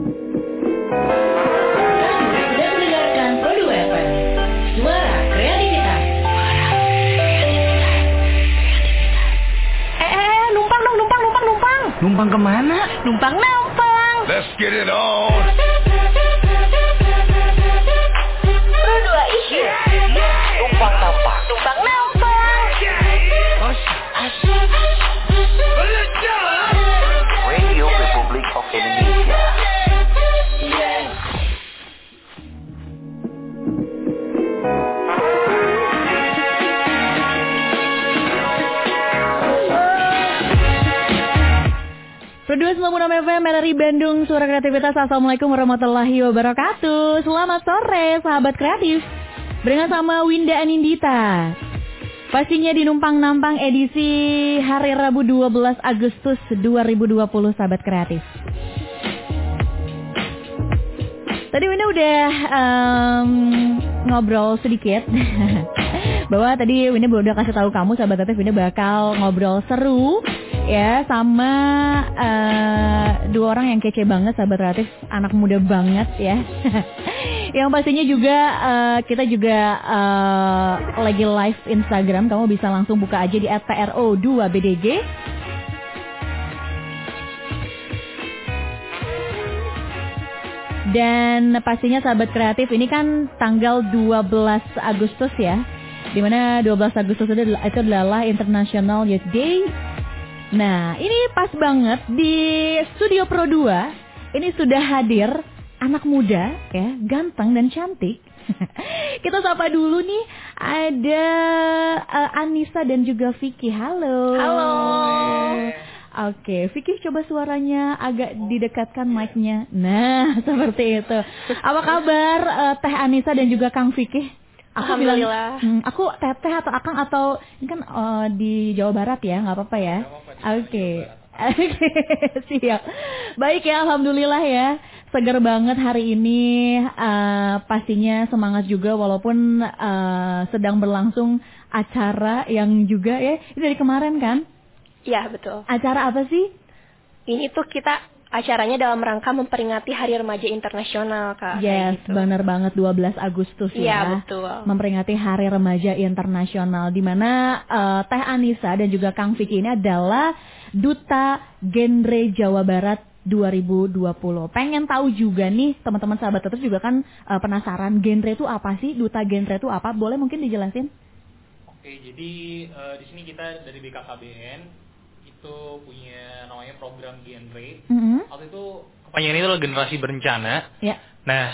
Sudah mendengarkan Produ FM, suara kreativitas. Numpang. Numpang kemana? Numpang nampang. Let's get it on. Produ issue. Numpang nampang. Radio Republik of Indonesia. Produs 96 FM dari Bandung, suara kreativitas. Assalamualaikum warahmatullahi wabarakatuh. Selamat sore sahabat kreatif. Barengan sama Winda Anindita. Pastinya di Numpang Nampang edisi hari Rabu 12 Agustus 2020 sahabat kreatif. Tadi Winda udah ngobrol sedikit. Bahwa tadi Winda udah kasih tahu kamu sahabat kreatif, Winda bakal ngobrol seru ya sama dua orang yang kece banget sahabat kreatif, anak muda banget ya. Yang pastinya juga kita juga lagi live Instagram, kamu bisa langsung buka aja di @pro2bdg. Dan pastinya sahabat kreatif, ini kan tanggal 12 Agustus ya, dimana 12 Agustus itu adalah International Youth Day. Nah, ini pas banget di Studio Pro 2. Ini sudah hadir anak muda ya, ganteng dan cantik. Kita sapa dulu nih, ada Anissa dan juga Vicky. Halo. Halo. Oke, Vicky coba suaranya agak didekatkan mic-nya. Nah, seperti itu. Apa kabar Teh Anissa dan juga Kang Vicky? Alhamdulillah. Aku Teteh atau Akang atau ini kan di Jawa Barat ya, nggak apa-apa ya. Oke. Siap. Baik ya, alhamdulillah ya. Segar banget hari ini. Pastinya semangat juga walaupun sedang berlangsung acara yang juga ya. Ini dari kemarin kan? Iya, betul. Acara apa sih? Ini tuh kita acaranya dalam rangka memperingati Hari Remaja Internasional, Kak. Yes, gitu. benar banget 12 Agustus ya. Iya, betul. Memperingati Hari Remaja Internasional di mana Teh Anissa dan juga Kang Vicky ini adalah Duta Genre Jawa Barat 2020. Pengen tahu juga nih teman-teman sahabat terus juga kan penasaran genre itu apa sih? Duta genre itu apa? Boleh mungkin dijelasin? Oke, jadi di sini kita dari BKKBN itu punya namanya program genre. Waktu itu kepanjangannya itu adalah generasi berencana. Ya. Nah,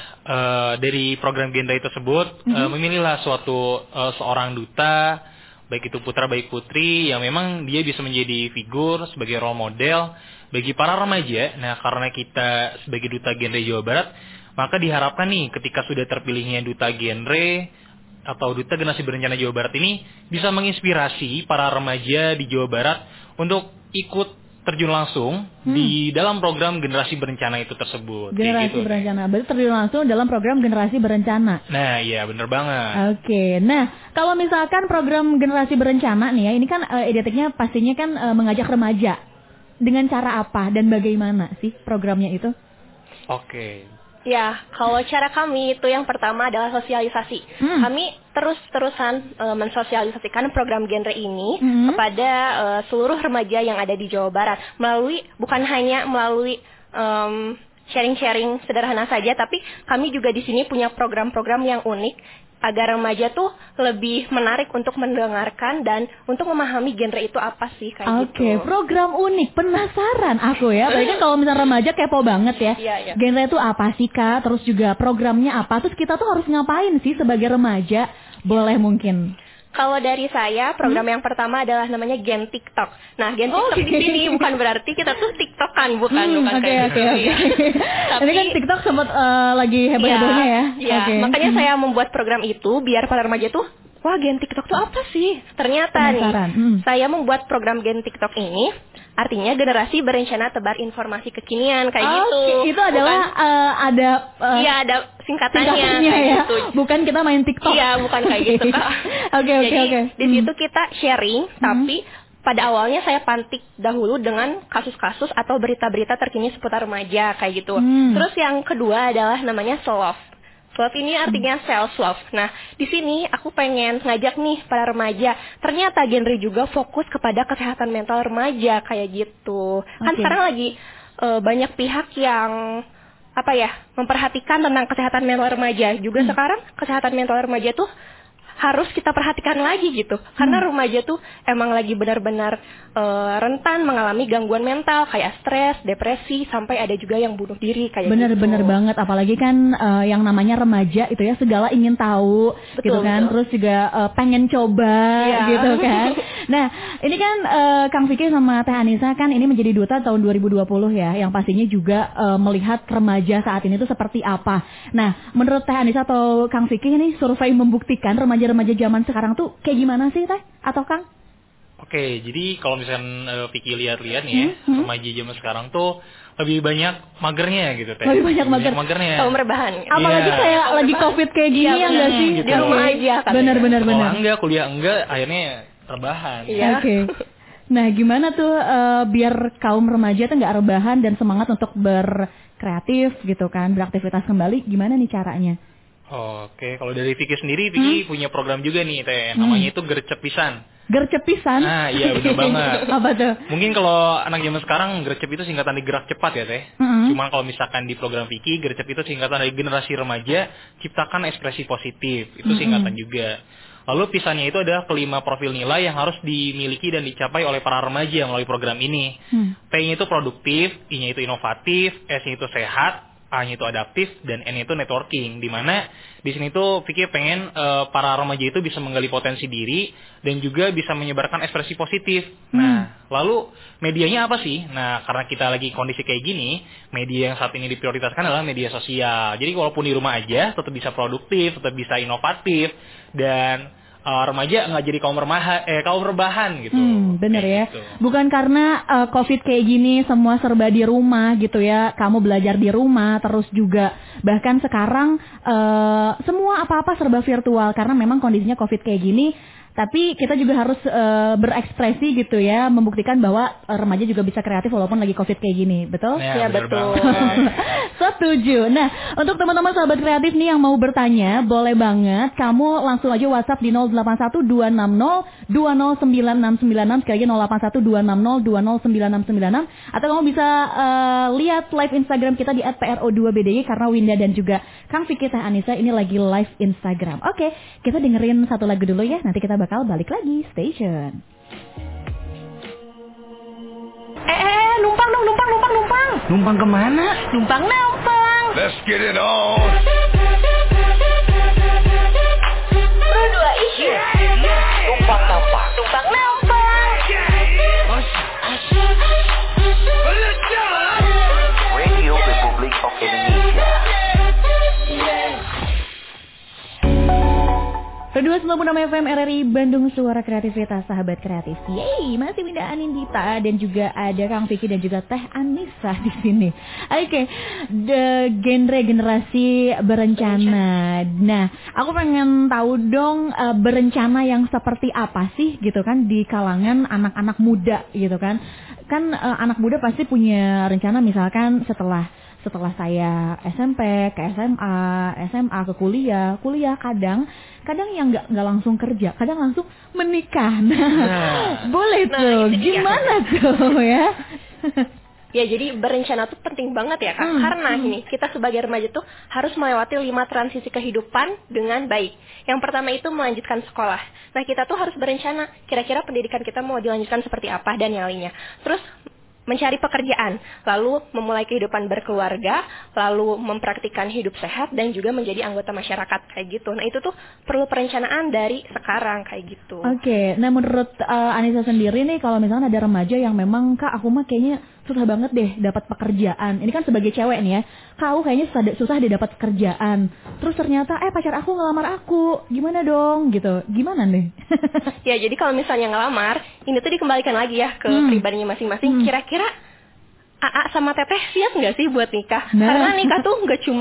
dari program genre tersebut memilihlah suatu seorang duta, baik itu putra baik putri, yang memang dia bisa menjadi figur sebagai role model bagi para remaja. Nah, karena kita sebagai duta genre Jawa Barat, maka diharapkan nih ketika sudah terpilihnya duta genre atau duta generasi berencana Jawa Barat ini bisa menginspirasi para remaja di Jawa Barat untuk ikut terjun langsung di dalam program generasi berencana itu tersebut. Generasi gitu, berencana, berarti terjun langsung dalam program generasi berencana. Nah, iya bener banget. Oke, nah kalau misalkan program generasi berencana nih ya, ini kan identiknya pastinya kan mengajak remaja. Dengan cara apa dan bagaimana sih programnya itu? Oke. Ya, kalau cara kami itu yang pertama adalah sosialisasi. Kami terus-terusan mensosialisasikan program genre ini kepada seluruh remaja yang ada di Jawa Barat bukan hanya melalui sharing-sharing sederhana saja, tapi kami juga di sini punya program-program yang unik agar remaja tuh lebih menarik untuk mendengarkan dan untuk memahami genre itu apa sih kayak gitu. Oke, program unik, penasaran aku ya. Apalagi kalau misalnya remaja kepo banget ya. Iya. Genre itu apa sih Kak? Terus juga programnya apa? Terus kita tuh harus ngapain sih sebagai remaja? Boleh mungkin. Kalau dari saya, program yang pertama adalah namanya Gen TikTok. Nah, Gen TikTok di sini bukan berarti kita tuh TikTokan, bukan kayak gitu. Tapi ini kan TikTok sempat lagi heboh-hebohnya ya. Iya, makanya saya membuat program itu biar para remaja tuh, wah Gen TikTok tuh apa sih? Ternyata nih, saya membuat program Gen TikTok ini, artinya generasi berencana tebar informasi kekinian kayak gitu. Itu adalah ada singkatannya ya. gitu. Bukan kita main TikTok. Iya, bukan kayak gitu Kak. Oke. Di situ kita sharing, tapi pada awalnya saya pantik dahulu dengan kasus-kasus atau berita-berita terkini seputar remaja kayak gitu. Terus yang kedua adalah namanya self. Self ini artinya self-love. Nah, di sini aku pengen ngajak nih para remaja. Ternyata genre juga fokus kepada kesehatan mental remaja kayak gitu. Kan sekarang lagi banyak pihak yang memperhatikan tentang kesehatan mental remaja. Juga sekarang kesehatan mental remaja tuh harus kita perhatikan lagi gitu. Karena remaja tuh emang lagi benar-benar rentan mengalami gangguan mental kayak stres, depresi, sampai ada juga yang bunuh diri kayak gitu. Bener banget, apalagi kan yang namanya remaja itu ya segala ingin tahu. Betul, gitu kan. Terus juga pengen coba gitu kan. Nah, ini kan Kang Vicky sama Teh Anissa kan ini menjadi duta tahun 2020 ya, yang pastinya juga melihat remaja saat ini tuh seperti apa. Nah, menurut Teh Anissa atau Kang Vicky ini survei membuktikan remaja zaman sekarang tuh kayak gimana sih Teh atau Kang? Oke, jadi kalau misalkan Vicky lihat-lihat nih ya, remaja zaman sekarang tuh lebih banyak magernya gitu Teh. Lebih banyak magernya. Kaum rebahan. Apalagi kayak lagi Covid kayak gini ya enggak sih? Gitu. Di rumah aja kan. Benar. Sekolah enggak, kuliah enggak, akhirnya rebahan. Oke. Nah, gimana tuh biar kaum remaja tuh nggak rebahan dan semangat untuk berkreatif gitu kan, beraktivitas kembali, gimana nih caranya? Oke, kalau dari Vicky sendiri, Vicky punya program juga nih Teh, namanya itu Gercep Pisan. Gercep Pisan? Nah, iya benar banget. Apa tuh? Mungkin kalau anak zaman sekarang Gercep itu singkatan dari gerak cepat ya Teh. Cuman kalau misalkan di program Vicky, Gercep itu singkatan dari generasi remaja, ciptakan ekspresi positif. Itu singkatan juga. Lalu pisannya itu adalah kelima profil nilai yang harus dimiliki dan dicapai oleh para remaja melalui program ini. P-nya itu produktif, I-nya itu inovatif, S-nya itu sehat, A-nya itu adaptif, dan N-nya itu networking. Dimana di sini tuh Vicky pengen para remaja itu bisa menggali potensi diri dan juga bisa menyebarkan ekspresi positif. Nah, lalu medianya apa sih? Nah, karena kita lagi kondisi kayak gini, media yang saat ini diprioritaskan adalah media sosial. Jadi walaupun di rumah aja, tetap bisa produktif, tetap bisa inovatif, dan remaja nggak jadi kaum rebahan gitu. Bener ya. Gitu. Bukan karena COVID kayak gini semua serba di rumah gitu ya. Kamu belajar di rumah, terus juga bahkan sekarang semua apa-apa serba virtual karena memang kondisinya COVID kayak gini. Tapi kita juga harus berekspresi gitu ya, membuktikan bahwa remaja juga bisa kreatif walaupun lagi COVID kayak gini, betul? Ya betul. Setuju. Nah, untuk teman-teman sahabat kreatif nih yang mau bertanya, boleh banget kamu langsung aja WhatsApp di 081260209696, sekali lagi 081260209696, atau kamu bisa lihat live Instagram kita di @pro2bdy karena Winda dan juga Kang Vicky Teh Anissa ini lagi live Instagram. Oke, kita dengerin satu lagu dulu ya, nanti kita bakal balik lagi. Stay tune. Numpang dong, numpang. Numpang kemana? Numpang. Let's get it on. Pro 2 issue. Numpang nampak. Numpang. Radio Republik of Indonesia. Kedua 96 FM RRI Bandung, suara kreativitas sahabat kreatif. Yeay, masih Winda Anindita dan juga ada Kang Vicky dan juga Teh Anissa di sini. Oke, genre generasi berencana. Nah, aku pengen tahu dong berencana yang seperti apa sih gitu kan di kalangan anak-anak muda gitu kan. Kan anak muda pasti punya rencana misalkan setelah saya SMP ke SMA ke kuliah kadang yang nggak langsung kerja, kadang langsung menikah. Boleh tuh, gimana tuh ya? Ya, jadi berencana tuh penting banget ya Kak. Karena ini kita sebagai remaja tuh harus melewati 5 transisi kehidupan dengan baik. Yang pertama itu melanjutkan sekolah. Nah, kita tuh harus berencana kira-kira pendidikan kita mau dilanjutkan seperti apa dan yang lainnya. Terus mencari pekerjaan, lalu memulai kehidupan berkeluarga, lalu mempraktikkan hidup sehat dan juga menjadi anggota masyarakat kayak gitu. Nah, itu tuh perlu perencanaan dari sekarang kayak gitu. Oke, nah menurut Anissa sendiri nih kalau misalnya ada remaja yang memang Kak aku mah kayaknya susah banget deh dapat pekerjaan. Ini kan sebagai cewek nih ya, kau kayaknya susah deh dapat pekerjaan. Terus ternyata pacar aku ngelamar aku, gimana dong gitu? Gimana nih? Ya, jadi kalau misalnya ngelamar, ini tuh dikembalikan lagi ya ke pribadinya masing-masing. Kira-kira AA sama Teteh siap nggak sih buat nikah? Nah. Karena nikah tuh nggak cuma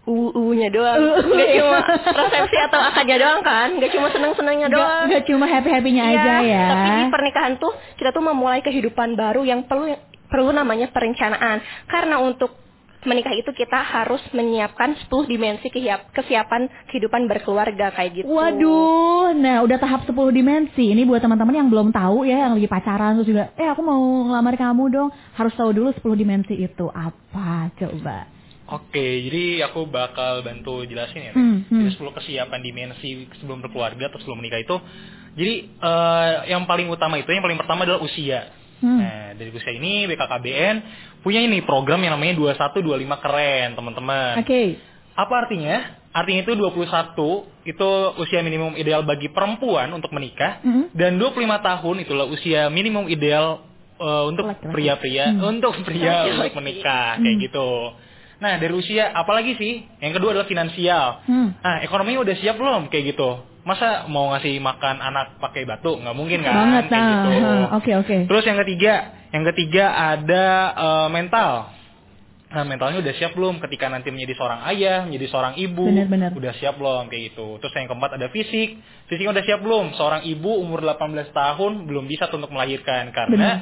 nya doang, nggak cuma resepsi atau akadnya doang kan, nggak cuma seneng-senengnya doang, nggak cuma happy-happynya aja ya. Tapi di pernikahan tuh kita tuh memulai kehidupan baru yang perlu namanya perencanaan. Karena untuk menikah itu kita harus menyiapkan 10 dimensi kesiapan kehidupan berkeluarga kayak gitu. Waduh, nah udah tahap 10 dimensi. Ini buat teman-teman yang belum tahu ya, yang lagi pacaran terus juga, aku mau ngelamar kamu dong. Harus tahu dulu 10 dimensi itu apa, coba. Oke, jadi aku bakal bantu jelasin ya. Jadi 10 kesiapan dimensi sebelum berkeluarga atau sebelum menikah itu. Jadi yang paling utama itu, yang paling pertama adalah usia. Nah, dari usia ini BKKBN punya ini program yang namanya 2125 keren, teman-teman. Oke. Apa artinya? Artinya itu 21 itu usia minimum ideal bagi perempuan untuk menikah, dan 25 tahun itulah usia minimum ideal untuk pria-pria untuk menikah kayak gitu. Nah, dari usia apalagi sih? Yang kedua adalah finansial. Nah, ekonominya udah siap belum kayak gitu? Masa mau ngasih makan anak pakai batu? Nggak mungkin kan? Banget, kayak gitu. Oke. Terus yang ketiga ada mental. Nah, mentalnya udah siap belum ketika nanti menjadi seorang ayah, menjadi seorang ibu? Benar. Udah siap belum kayak gitu. Terus yang keempat ada fisik. Fisiknya udah siap belum? Seorang ibu umur 18 tahun belum bisa untuk melahirkan karena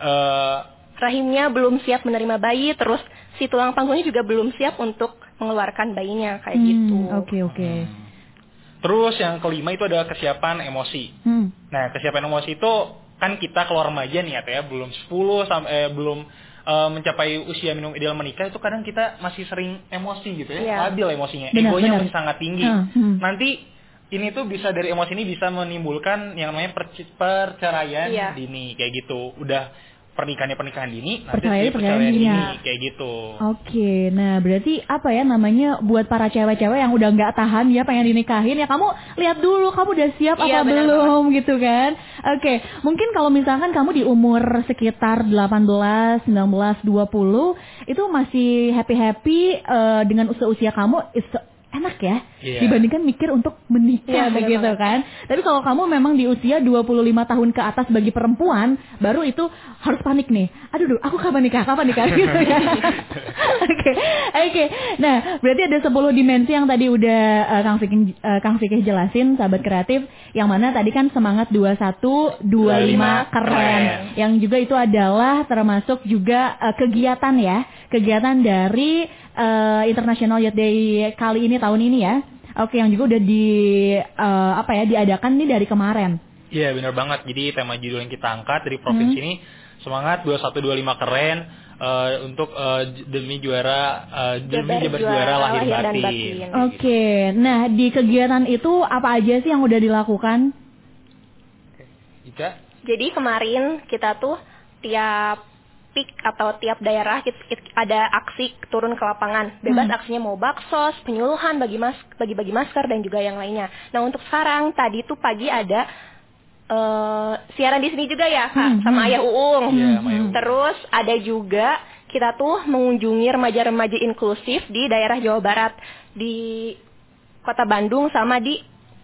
rahimnya belum siap menerima bayi, terus si tulang panggungnya juga belum siap untuk mengeluarkan bayinya kayak gitu. Oke. Terus yang kelima itu ada kesiapan emosi. Nah, kesiapan emosi itu kan kita keluar remaja nih ya, belum 10 sampai belum mencapai usia minimum ideal menikah, itu kadang kita masih sering emosi gitu ya. Labil emosinya, egonya masih sangat tinggi. Nanti ini tuh bisa dari emosi ini bisa menimbulkan yang namanya perceraian dini kayak gitu. Udah pernikahan dini, nanti perceraian dini kayak gitu. Oke, nah berarti apa ya namanya buat para cewek-cewek yang udah nggak tahan ya pengen dinikahin ya, kamu lihat dulu kamu udah siap apa belum gitu kan. Oke, mungkin kalau misalkan kamu di umur sekitar 18, 19, 20 itu masih happy-happy dengan usia kamu, enak ya dibandingkan mikir untuk menikah begitu kan. Tapi kalau kamu memang di usia 25 tahun ke atas bagi perempuan, baru itu harus panik nih. Aduh, aku kapan nikah gitu ya. Oke. Nah, berarti ada 10 dimensi yang tadi udah Kang Fikih jelasin, sahabat kreatif, yang mana tadi kan semangat 2125 keren. Yang juga itu adalah termasuk juga kegiatan kegiatan dari International Youth Day kali ini, tahun ini ya. Oke, yang juga udah diadakan nih dari kemarin. Iya, benar banget. Jadi tema judul yang kita angkat dari provinsi ini semangat 2125 keren untuk demi jabar juara lahir batin. Oke. Nah, di kegiatan itu apa aja sih yang udah dilakukan? Ika? Jadi kemarin kita tuh tiap PIK atau tiap daerah ada aksi turun ke lapangan. Bebas aksinya mau baksos, penyuluhan, bagi-bagi masker dan juga yang lainnya. Nah, untuk sekarang tadi tuh pagi ada siaran di sini juga ya Kak, sama Ayah Uung. Terus ada juga kita tuh mengunjungi remaja-remaja inklusif di daerah Jawa Barat, di Kota Bandung sama di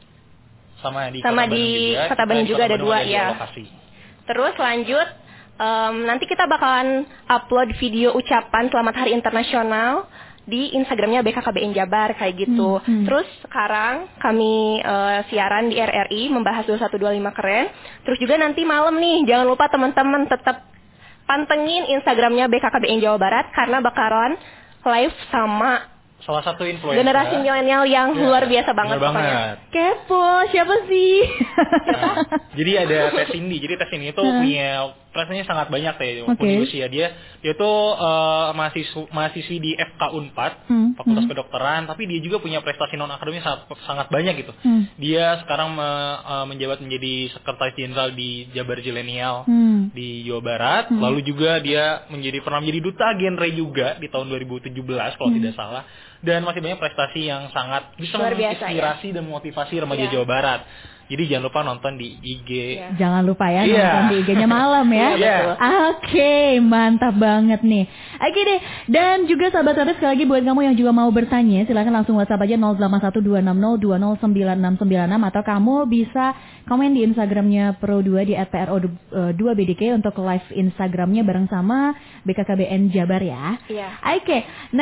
Kota Bandung juga ada 2 ya. Lokasi. Terus lanjut nanti kita bakalan upload video ucapan Selamat Hari Internasional di Instagramnya BKKBN Jabar kayak gitu. Terus sekarang kami siaran di RRI membahas 2125 keren. Terus juga nanti malam nih, jangan lupa teman-teman tetap pantengin Instagramnya BKKBN Jawa Barat karena bakalan live sama salah satu influencer generasi milenial yang luar biasa banget pokoknya. Kepo, siapa sih? Jadi ada tes Cindy. Jadi tes Cindy itu punya prestasinya sangat banyak di usia dia tuh mahasiswi di FK Unpad, Fakultas Kedokteran, tapi dia juga punya prestasi non akademis sangat banyak gitu. Dia sekarang menjabat menjadi sekretaris jenderal di Jabar Zilenial di Jawa Barat. Lalu juga dia pernah menjadi duta genre juga di tahun 2017 kalau tidak salah. Dan masih banyak prestasi yang sangat bisa menginspirasi dan memotivasi remaja Jawa Barat. Jadi jangan lupa nonton di IG. Jangan lupa ya nonton di IG-nya malam ya. Oke, mantap banget nih. Oke deh. Dan juga sahabat-sahabat, sekali lagi buat kamu yang juga mau bertanya, silakan langsung WhatsApp aja 081260209696 atau kamu bisa komen di Instagramnya Pro2 di @pro2bdk untuk live Instagramnya bareng sama BKKBN Jabar ya. Iya. Oke. Nah,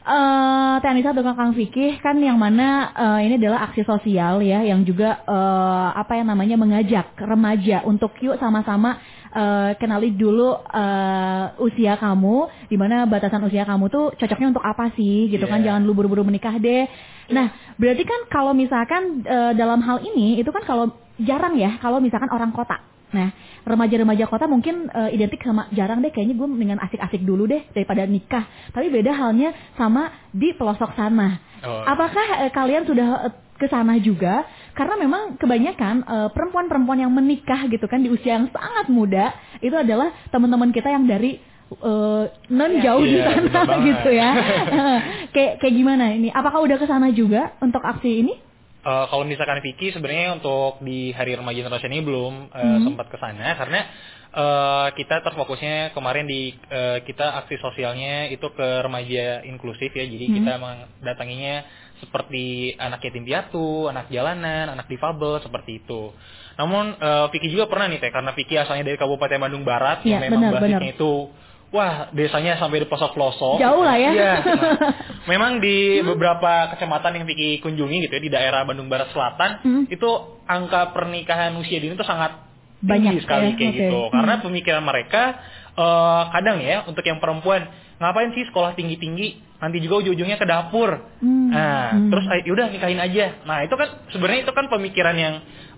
Teh Anissa dan Kang Fikih kan yang mana ini adalah aksi sosial ya, yang juga mengajak remaja untuk yuk sama-sama kenali dulu usia kamu, di mana batasan usia kamu tuh cocoknya untuk apa sih gitu kan, jangan lu buru-buru menikah deh. Nah, berarti kan kalau misalkan dalam hal ini itu kan kalau jarang ya kalau misalkan orang kota. Nah, remaja-remaja kota mungkin identik sama jarang deh, kayaknya gue mendingan asik-asik dulu deh daripada nikah. Tapi beda halnya sama di pelosok sana. Apakah kalian sudah ke sana juga? Karena memang kebanyakan perempuan-perempuan yang menikah gitu kan di usia yang sangat muda itu adalah teman-teman kita yang dari jauh di sana gitu ya. Kayak gimana ini? Apakah udah ke sana juga untuk aksi ini? Kalau misalkan Vicky sebenarnya untuk di Hari Remaja Internasional ini belum sempat ke sana karena kita terfokusnya kemarin di kita aksi sosialnya itu ke remaja inklusif ya. Jadi kita mendatanginya seperti anak yatim piatu, anak jalanan, anak difabel seperti itu. Namun Vicky juga pernah nih Teh, karena Vicky asalnya dari Kabupaten Bandung Barat yang memang basisnya itu desanya sampai di pelosok-pelosok. Jauh lah ya. Iya. Memang di beberapa kecamatan yang Vicky kunjungi gitu ya di daerah Bandung Barat Selatan itu angka pernikahan usia dini itu sangat tinggi sekali kayak gitu. Karena pemikiran mereka kadang ya untuk yang perempuan ngapain sih sekolah tinggi-tinggi nanti juga ujung-ujungnya ke dapur. Terus yaudah nikahin aja. Nah, itu kan sebenarnya itu kan pemikiran yang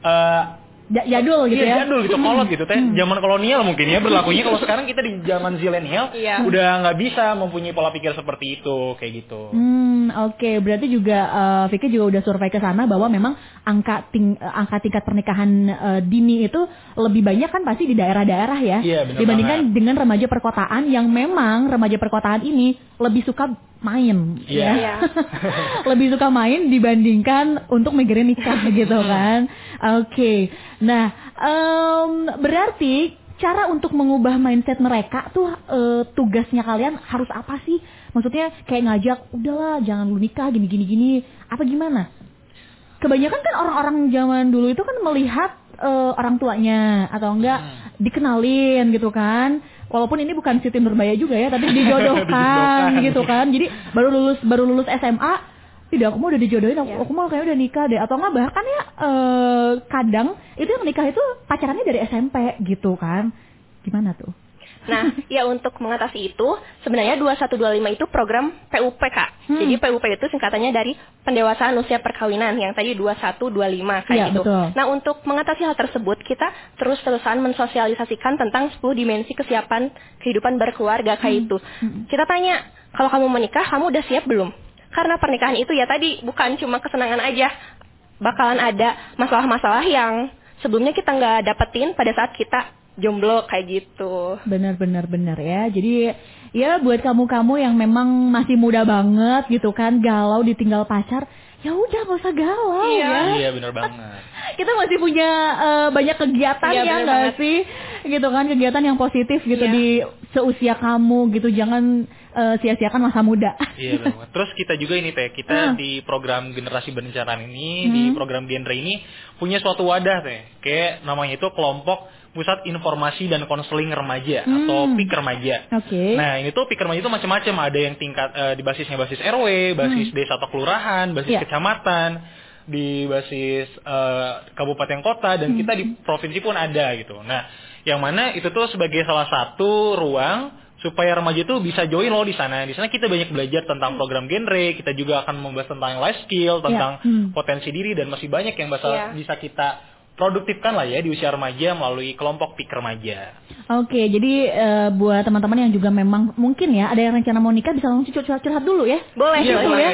jadul gitu ya. Jadul gitu, kolot gitu Teh. Zaman kolonial mungkin ya berlakunya. Kalau sekarang kita di zaman zilenial udah nggak bisa mempunyai pola pikir seperti itu kayak gitu. Oke. Berarti juga Vicky juga udah survei ke sana bahwa memang angka tingkat pernikahan dini itu lebih banyak kan pasti di daerah-daerah ya. Dibandingkan dengan remaja perkotaan yang memang remaja perkotaan ini lebih suka main ya. Lebih suka main dibandingkan untuk mikirin nikah gitu kan. Oke. Nah, berarti cara untuk mengubah mindset mereka tuh tugasnya kalian harus apa sih? Maksudnya kayak ngajak udahlah jangan lu nikah gini apa gimana? Kebanyakan kan orang-orang zaman dulu itu kan melihat orang tuanya atau enggak dikenalin gitu kan. Walaupun ini bukan Siti Nurbaya juga ya, tapi dijodohkan gitu kan. Jadi baru lulus SMA, tidak aku mau udah dijodohin, aku mau kayaknya udah nikah deh. Atau enggak bahkan ya kadang itu yang nikah itu pacarannya dari SMP gitu kan. Gimana tuh? Nah, ya untuk mengatasi itu, sebenarnya 2125 itu program PUPK. Jadi PUP itu singkatannya dari pendewasaan usia perkawinan, yang tadi 2125 kayak gitu. Betul. Nah, untuk mengatasi hal tersebut, kita terus-terusan mensosialisasikan tentang 10 dimensi kesiapan kehidupan berkeluarga kayak itu. Kita tanya, kalau kamu menikah, kamu udah siap belum? Karena pernikahan itu ya tadi, bukan cuma kesenangan aja. Bakalan ada masalah-masalah yang sebelumnya kita nggak dapetin pada saat kita jomblo kayak gitu. Benar ya. Jadi ya buat kamu-kamu yang memang masih muda banget gitu kan, galau ditinggal pacar, ya udah nggak usah galau ya. Iya benar banget. Kita masih punya banyak kegiatan ya nggak sih, gitu kan, kegiatan yang positif gitu di seusia kamu gitu, jangan sia-siakan masa muda. Iya benar. Terus kita juga ini Teh, kita di program generasi berencana ini, di program genre ini punya suatu wadah Teh, kayak namanya itu kelompok Pusat Informasi dan Konseling Remaja atau PIK Remaja. Nah, ini tuh PIK Remaja itu macam-macam, ada yang tingkat di basisnya basis RW, basis desa atau kelurahan, basis kecamatan, di basis kabupaten kota, dan kita di provinsi pun ada gitu. Nah, yang mana itu tuh sebagai salah satu ruang supaya remaja itu bisa join loh di sana. Di sana kita banyak belajar tentang program genre, kita juga akan membahas tentang life skill, tentang potensi diri, dan masih banyak yang bisa kita produktifkan lah ya di usia remaja melalui kelompok PIK Remaja. Oke, jadi buat teman-teman yang juga memang mungkin ya ada yang rencana mau nikah, bisa langsung curhat dulu ya. Boleh.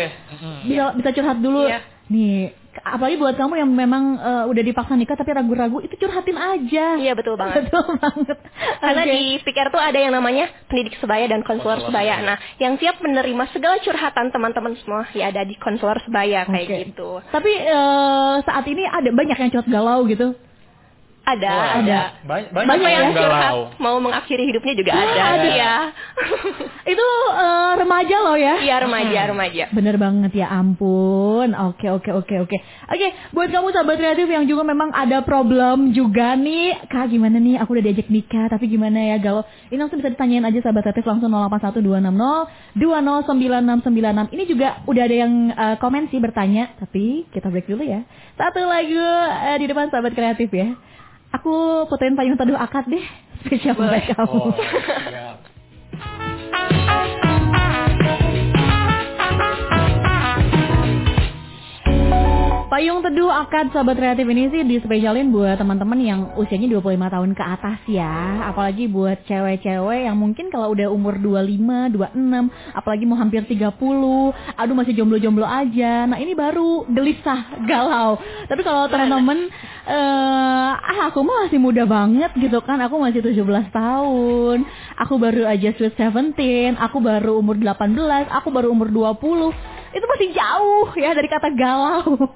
Ya. Bisa curhat dulu. Nih, apalagi buat kamu yang memang udah dipaksa nikah tapi ragu-ragu, itu curhatin aja. Iya, betul banget. Karena di PIKR tuh ada yang namanya pendidik sebaya dan konselor sebaya. Nah, yang siap menerima segala curhatan teman-teman semua ya ada di konselor sebaya kayak gitu. Tapi saat ini ada banyak yang curhat galau gitu. Ada. Banyak yang ya? curhat mau mengakhiri hidupnya juga ada. Iya. Itu remaja loh ya? Iya, remaja. Bener banget, ya ampun. Oke. Buat kamu sahabat kreatif yang juga memang ada problem juga nih, Kak gimana nih? Aku udah diajak nikah, tapi gimana ya galau? Ini langsung bisa ditanyain aja sahabat kreatif langsung 081260209696. Ini juga udah ada yang komen sih bertanya, tapi kita break dulu ya. Satu lagu di depan sahabat kreatif ya. Aku puterin Payung Teduh Akad deh, spesial buat kamu. Payung Teduh Akad sahabat kreatif ini sih dispesialin buat teman-teman yang usianya 25 tahun ke atas ya. Apalagi buat cewek-cewek yang mungkin kalau udah umur 25, 26, apalagi mau hampir 30, aduh masih jomblo-jomblo aja. Nah ini baru gelisah, galau. Tapi kalau teman-teman aku masih muda banget gitu kan. Aku masih 17 tahun. Aku baru aja sweet 17, aku baru umur 18, aku baru umur 20. Itu masih jauh ya dari kata galau.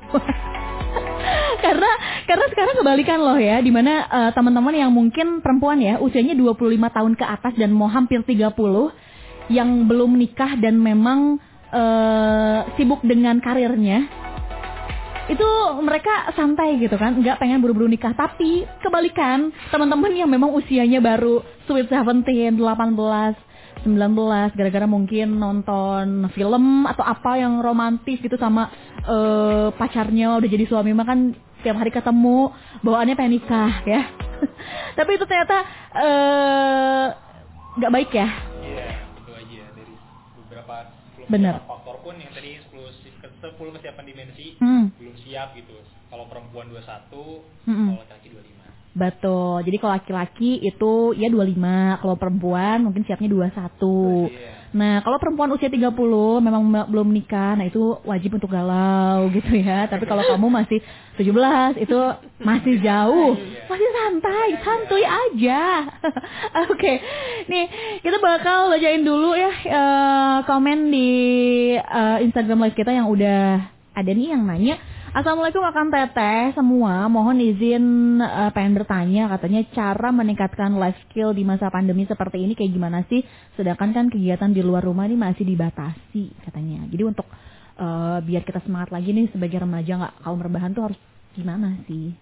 karena sekarang kebalikan loh ya, dimana teman-teman yang mungkin perempuan ya usianya 25 tahun ke atas dan mau hampir 30 yang belum nikah dan memang sibuk dengan karirnya, itu mereka santai gitu kan, nggak pengen buru-buru nikah. Tapi kebalikan teman-teman yang memang usianya baru sweet 17, 18, 19 gara-gara mungkin nonton film atau apa yang romantis gitu sama pacarnya udah jadi suami mah kan tiap hari ketemu bawaannya pengen nikah ya. Tapi itu ternyata nggak baik ya. Iya, itu aja dari beberapa faktor pun yang tadi 10 kesiapan dimensi belum siap gitu. Kalau perempuan 21, kalau laki-laki 25. Betul. Jadi kalau laki-laki itu ya 25, kalau perempuan mungkin siapnya 21. Nah, kalau perempuan usia 30 memang belum nikah, nah itu wajib untuk galau gitu ya. Tapi kalau kamu masih 17 itu masih jauh. Masih santuy aja. Oke. Nih, kita bakal bacain dulu ya komen di Instagram live kita yang udah ada nih yang nanya. Assalamualaikum Akang Teteh semua, mohon izin pengen bertanya, katanya cara meningkatkan life skill di masa pandemi seperti ini kayak gimana sih? Sedangkan kan kegiatan di luar rumah ini masih dibatasi katanya. Jadi untuk biar kita semangat lagi nih sebagai remaja nggak kaum rebahan tuh harus gimana sih?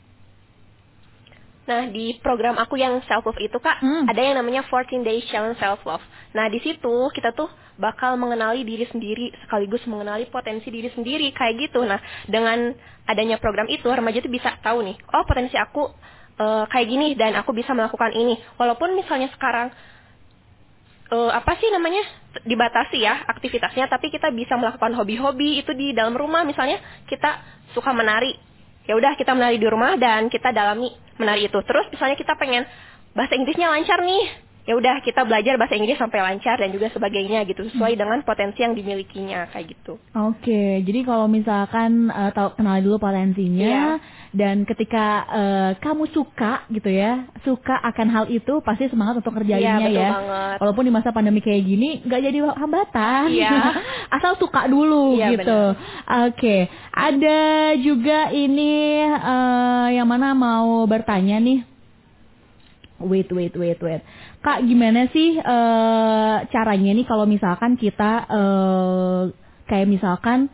Nah, di program aku yang self love itu Kak, ada yang namanya 14 Days Challenge Self Love. Nah, di situ kita tuh bakal mengenali diri sendiri sekaligus mengenali potensi diri sendiri kayak gitu. Nah, dengan adanya program itu remaja tuh bisa tahu nih, oh potensi aku kayak gini dan aku bisa melakukan ini. Walaupun misalnya sekarang dibatasi ya aktivitasnya, tapi kita bisa melakukan hobi-hobi itu di dalam rumah. Misalnya kita suka menari, ya udah kita menari di rumah dan kita dalami menari itu. Terus misalnya kita pengen bahasa Inggrisnya lancar nih, ya udah kita belajar bahasa Inggris sampai lancar dan juga sebagainya gitu, sesuai dengan potensi yang dimilikinya kayak gitu. Oke, jadi kalau misalkan kenal dulu potensinya, dan ketika kamu suka gitu ya, suka akan hal itu, pasti semangat untuk kerjainnya ya. Banget. Walaupun di masa pandemi kayak gini nggak jadi hambatan, asal suka dulu gitu. Oke, ada juga ini yang mana mau bertanya nih. Wait. Kak, gimana sih caranya nih kalau misalkan kita kayak misalkan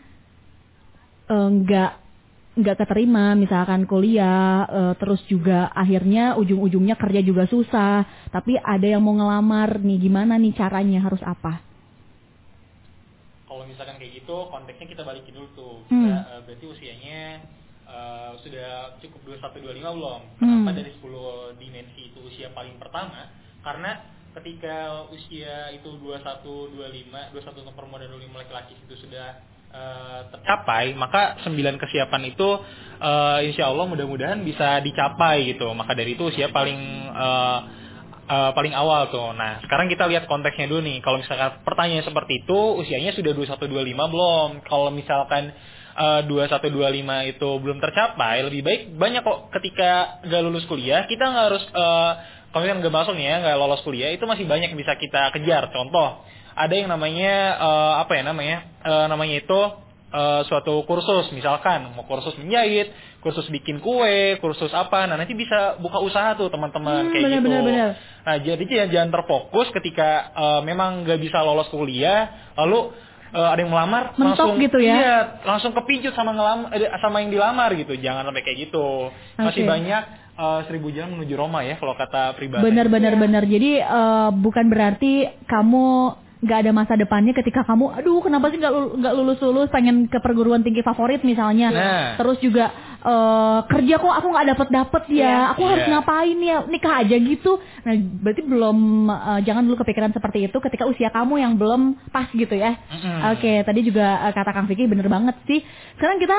nggak keterima misalkan kuliah, terus juga akhirnya ujung-ujungnya kerja juga susah, tapi ada yang mau ngelamar nih, gimana nih caranya, harus apa? Kalau misalkan kayak gitu konteksnya kita balikin dulu tuh, kita berarti usianya sudah cukup 21-25 belum? Kenapa dari 10 dimensi itu usia paling pertama? Karena ketika usia itu 21 untuk perempuan dan 25 laki-laki itu sudah tercapai, maka 9 kesiapan itu insya Allah mudah-mudahan bisa dicapai gitu. Maka dari itu usia paling awal tuh. Nah, sekarang kita lihat konteksnya dulu nih. Kalau misalkan pertanyaan seperti itu, usianya sudah 21-25 belum? Kalau misalkan 21-25 itu belum tercapai, lebih baik banyak kok ketika gak lulus kuliah, kita nggak harus kalau misalkan gak masuk nih ya, nggak lolos kuliah, itu masih banyak yang bisa kita kejar. Contoh, ada yang namanya namanya itu suatu kursus, misalkan mau kursus menjahit, kursus bikin kue, kursus apa, nah nanti bisa buka usaha tuh teman-teman kayak gitu. Benar. Nah jadi jangan terfokus ketika memang nggak bisa lolos kuliah, lalu ada yang melamar mentok langsung gitu ya? Iya, langsung kepincut sama yang dilamar gitu. Jangan sampai kayak gitu. Masih banyak 1000 jalan menuju Roma ya kalau kata pribadi. Benar. Jadi bukan berarti kamu nggak ada masa depannya ketika kamu, aduh kenapa sih nggak lulus pengen ke perguruan tinggi favorit misalnya. Terus juga kerja kok aku nggak dapet ya, aku harus ngapain ya, nikah aja gitu. Nah berarti belum, jangan dulu kepikiran seperti itu ketika usia kamu yang belum pas gitu ya. Oke, tadi juga kata Kang Vicky bener banget sih. Sekarang kita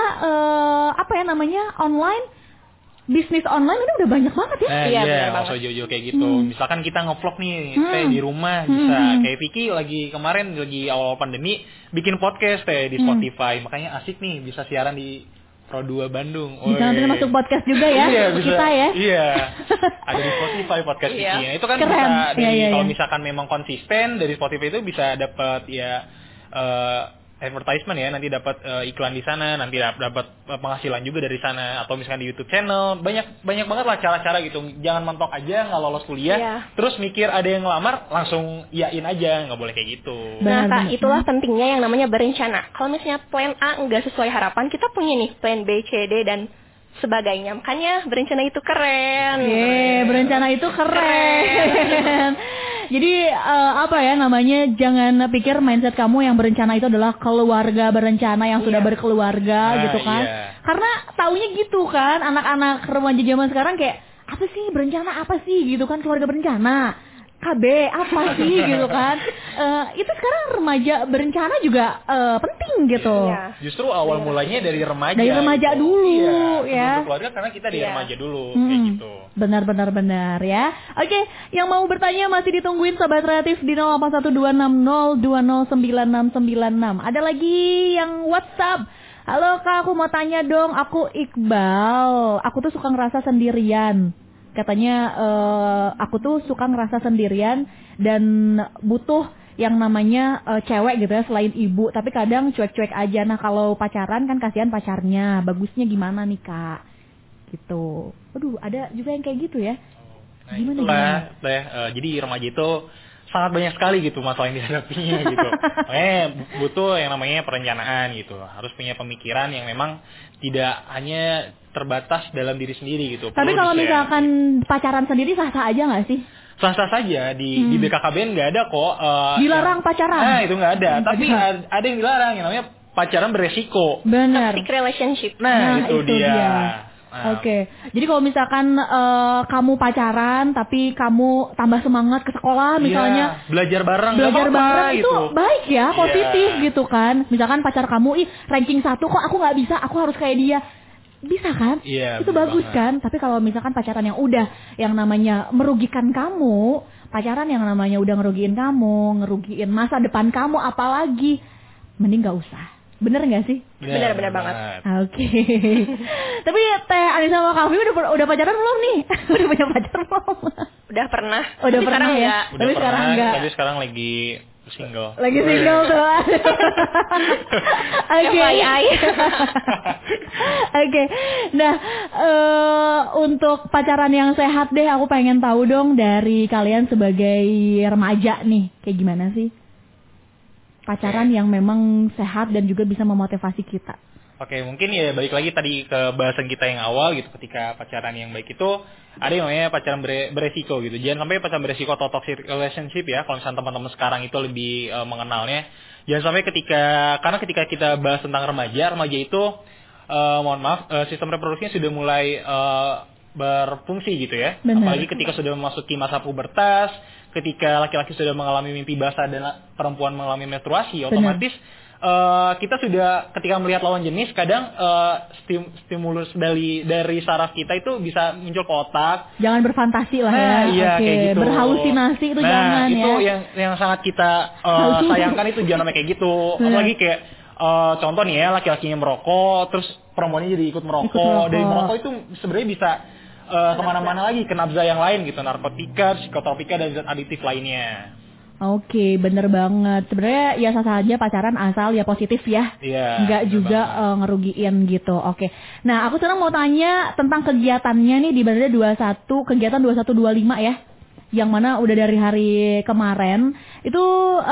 online. Bisnis online ini udah banyak banget ya. Iya, nggak usah jauh-jauh kayak gitu. Misalkan kita ngevlog nih, di rumah bisa. Kayak Vicky kemarin lagi awal pandemi bikin podcast di Spotify. Makanya asik nih bisa siaran di Pro 2 Bandung. Bisa nanti masuk podcast juga ya, kita ya. Iya, ada di Spotify podcast Vicky. Itu kan keren. Bisa kalau misalkan memang konsisten dari Spotify itu bisa dapat advertisement ya, nanti dapat iklan di sana, nanti dapat penghasilan juga dari sana, atau misalkan di YouTube channel, banyak banget lah cara-cara gitu. Jangan mentok aja nggak lolos kuliah, terus mikir ada yang ngelamar langsung yain aja, nggak boleh kayak gitu. Nah Kak, itulah pentingnya yang namanya berencana. Kalau misalnya plan A nggak sesuai harapan, kita punya nih plan B, C, D dan sebagainya. Makanya berencana itu keren. Berencana itu keren. Jadi jangan pikir mindset kamu yang berencana itu adalah keluarga berencana yang sudah berkeluarga gitu kan. Karena taunya gitu kan, anak-anak remaja zaman sekarang kayak apa sih berencana, apa sih gitu kan, keluarga berencana, KB apa sih gitu kan. Itu sekarang remaja berencana juga penting gitu. Justru awal mulanya dari remaja. Dari remaja gitu. dulu ya. Keluarga karena kita dari remaja dulu kayak gitu. Benar ya. Oke, yang mau bertanya masih ditungguin Sobat Kreatif di 081260209696. Ada lagi yang WhatsApp. Halo Kak, aku mau tanya dong, aku Iqbal. Aku tuh suka ngerasa sendirian. Katanya aku tuh suka ngerasa sendirian dan butuh yang namanya cewek gitu ya selain ibu. Tapi kadang cuek-cuek aja. Nah kalau pacaran kan kasihan pacarnya. Bagusnya gimana nih Kak? Gitu. Aduh, ada juga yang kayak gitu ya. Gimana? Jadi remaja itu sangat banyak sekali gitu masalah yang dihadapinya gitu. Makanya butuh yang namanya perencanaan gitu. Harus punya pemikiran yang memang tidak hanya terbatas dalam diri sendiri gitu. Tapi kalau misalkan pacaran sendiri sah-sah aja nggak sih? Sah-sah saja di BKKBN nggak ada kok. Dilarang pacaran? Nah itu nggak ada. Tapi ada yang dilarang yang namanya pacaran beresiko. Benar. Toxic relationship. Nah itu dia. Oke. Jadi kalau misalkan kamu pacaran tapi kamu tambah semangat ke sekolah misalnya, belajar bareng itu gitu. Baik ya, positif gitu kan. Misalkan pacar kamu ranking 1 kok aku nggak bisa, aku harus kayak dia. Bisa kan? Itu bagus kan? Tapi kalau misalkan pacaran yang udah yang namanya merugikan kamu, pacaran yang namanya udah ngerugiin kamu, ngerugiin masa depan kamu apalagi, mending nggak usah. Bener nggak sih? Bener banget. Oke. Tapi Teh Anissa sama Kak Vivi udah pacaran belum nih? Udah punya pacar belum? Udah pernah. Udah pernah ya? Tapi sekarang enggak. Tapi sekarang lagi single. Lagi single tuh. Oke. Oke. Nah, untuk pacaran yang sehat deh, aku pengen tahu dong dari kalian sebagai remaja nih, kayak gimana sih? Pacaran yang memang sehat dan juga bisa memotivasi kita. Oke, mungkin ya balik lagi tadi ke bahasan kita yang awal gitu. Ketika pacaran yang baik itu ada yang namanya pacaran beresiko gitu. Jangan sampai pacaran beresiko atau toxic relationship ya. Kalau misalnya teman-teman sekarang itu lebih mengenalnya, jangan sampai karena ketika kita bahas tentang remaja itu mohon maaf, sistem reproduksinya sudah mulai berfungsi gitu ya. Benar. Apalagi ketika sudah memasuki masa pubertas, ketika laki-laki sudah mengalami mimpi basah dan perempuan mengalami menstruasi, otomatis kita sudah ketika melihat lawan jenis kadang stimulus dari saraf kita itu bisa muncul ke otak. Jangan berfantasi lah ya. Iya, kayak gitu. Berhalusinasi itu jangan ya. Nah, itu yang sangat kita sayangkan itu jangan sampai kayak gitu. Apalagi kayak contoh nih ya, laki-lakinya merokok terus perempuannya jadi ikut merokok. Dari merokok itu sebenarnya bisa kemana-mana lagi, ke nafza yang lain gitu, narkotika, psikotropika dan zat aditif lainnya. Oke, bener banget. Sebenarnya ya sah saja pacaran asal ya positif ya. Iya. Nggak juga ngerugiin gitu. Oke. Nah, aku sekarang mau tanya tentang kegiatannya nih di Bernada 21, kegiatan 2125 ya. Yang mana udah dari hari kemarin. Itu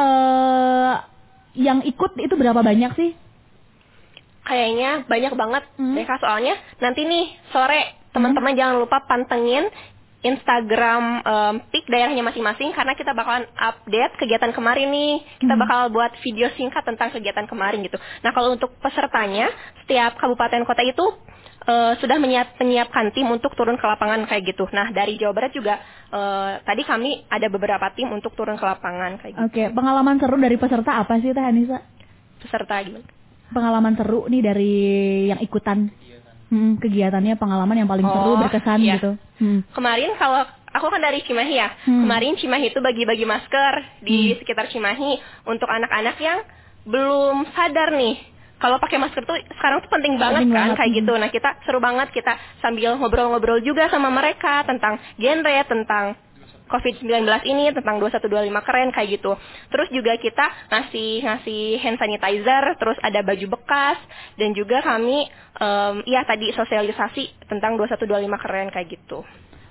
yang ikut itu berapa banyak sih? Kayaknya banyak banget deh Kak, soalnya nanti nih sore teman-teman jangan lupa pantengin Instagram PIK daerahnya masing-masing karena kita bakalan update kegiatan kemarin nih. Kita bakal buat video singkat tentang kegiatan kemarin gitu. Nah, kalau untuk pesertanya, setiap kabupaten kota itu sudah menyiapkan tim untuk turun ke lapangan kayak gitu. Nah, dari Jawa Barat juga tadi kami ada beberapa tim untuk turun ke lapangan kayak gitu. Oke, pengalaman seru dari peserta apa sih Teh Anissa? Peserta gimana? Pengalaman seru nih dari yang ikutan. Kegiatannya pengalaman yang paling seru berkesan gitu. Kemarin kalau aku kan dari Cimahi ya. Kemarin Cimahi itu bagi-bagi masker di sekitar Cimahi untuk anak-anak yang belum sadar nih kalau pakai masker tuh sekarang tuh penting banget kayak gitu. Nah, kita seru banget kita sambil ngobrol-ngobrol juga sama mereka tentang genre, tentang COVID-19 ini, tentang 2125 keren kayak gitu. Terus juga kita ngasih hand sanitizer, terus ada baju bekas, dan juga kami tadi sosialisasi tentang 2125 keren kayak gitu.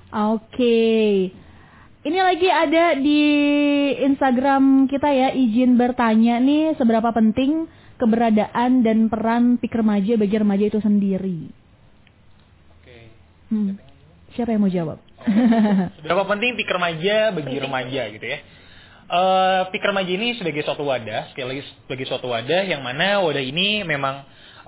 Oke. Ini lagi ada di Instagram kita ya, izin bertanya nih seberapa penting keberadaan dan peran PIK remaja bagi remaja itu sendiri. Oke. Siapa yang mau jawab? Seberapa penting PIK remaja bagi remaja gitu ya. PIK remaja ini sebagai suatu wadah, sekali lagi sebagai suatu wadah yang mana wadah ini memang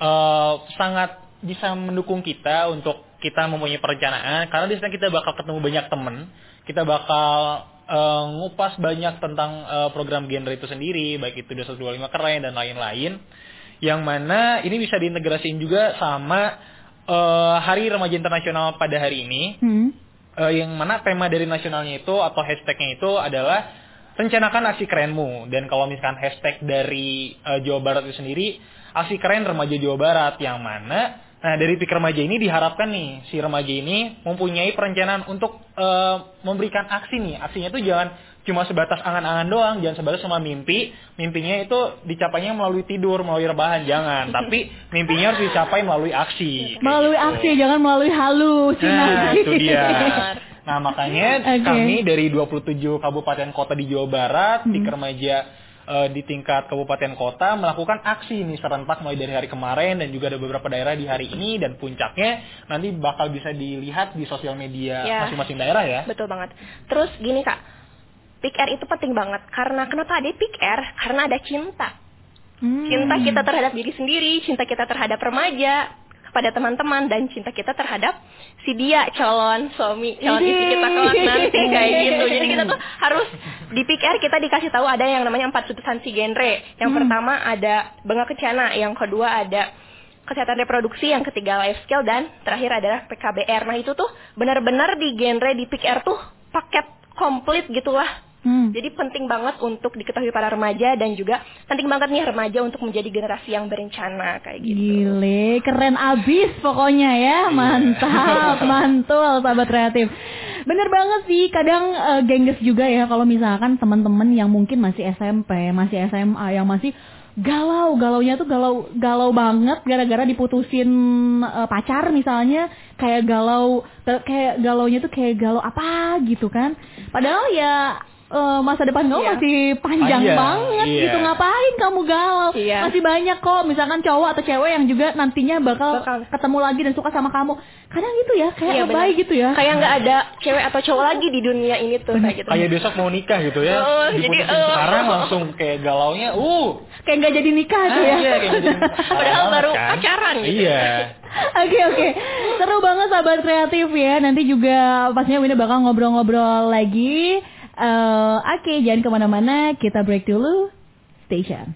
sangat bisa mendukung kita untuk kita mempunyai perencanaan karena di sana kita bakal ketemu banyak teman, kita bakal ngupas banyak tentang program genre itu sendiri, baik itu 2125 keren dan lain-lain, yang mana ini bisa diintegrasiin juga sama Hari Remaja Internasional pada hari ini. Yang mana tema dari nasionalnya itu atau hashtagnya itu adalah rencanakan aksi kerenmu. Dan kalau misalkan hashtag dari Jawa Barat itu sendiri, aksi keren remaja Jawa Barat, yang mana dari PIK remaja ini diharapkan nih si remaja ini mempunyai perencanaan untuk memberikan aksi nih. Aksinya itu jangan cuma sebatas angan-angan doang, jangan sebatas cuma mimpinya itu dicapainya melalui tidur, melalui rebahan, jangan, tapi mimpinya harus dicapai melalui aksi. Melalui aksi, jangan melalui halusinasi. Nah, itu dia. Nah, makanya kami dari 27 kabupaten kota di Jawa Barat, PIK remaja di tingkat kabupaten kota melakukan aksi ini serentak mulai dari hari kemarin dan juga ada beberapa daerah di hari ini, dan puncaknya nanti bakal bisa dilihat di sosial media masing-masing daerah ya. Betul banget. Terus gini Kak, PIK R itu penting banget karena kenapa ada PIK R? Karena ada cinta. Cinta kita terhadap diri sendiri, cinta kita terhadap remaja, kepada teman-teman, dan cinta kita terhadap si dia calon suami, calon istri kita kelak nanti kayak gitu. Jadi kita tuh harus di PIK R kita dikasih tahu ada yang namanya 4 substansi genre. Yang pertama ada bengak kencana, yang kedua ada kesehatan reproduksi, yang ketiga life skill, dan terakhir adalah PKBR. Nah, itu tuh benar-benar di genre di PIK R tuh paket komplit gitulah. Jadi penting banget untuk diketahui para remaja, dan juga penting banget nih remaja untuk menjadi generasi yang berencana kayak gitu. Gile, keren abis pokoknya ya. Mantap, mantul sahabat kreatif. Bener banget sih, kadang gengges juga ya kalau misalkan teman-teman yang mungkin masih SMP, masih SMA, yang masih galaunya tuh galau banget gara-gara diputusin pacar misalnya, kayak galaunya tuh kayak galau apa gitu kan. Padahal ya masa depan kamu masih panjang banget gitu, ngapain kamu galau? Masih banyak kok misalkan cowok atau cewek yang juga nantinya bakal ketemu lagi dan suka sama kamu. Kadang gitu ya, kayak lebay gitu ya, kayak nggak ada cewek atau cowok lagi di dunia ini tuh kayak gitu. Kayak besok mau nikah gitu ya, jadi sekarang langsung kayak galaunya kayak nggak jadi nikah tuh ya. Padahal baru pacaran gitu. Oke. Seru banget sahabat kreatif ya. Nanti juga pastinya Winda bakal ngobrol-ngobrol lagi. Oke, jangan kemana-mana, kita break dulu. Station.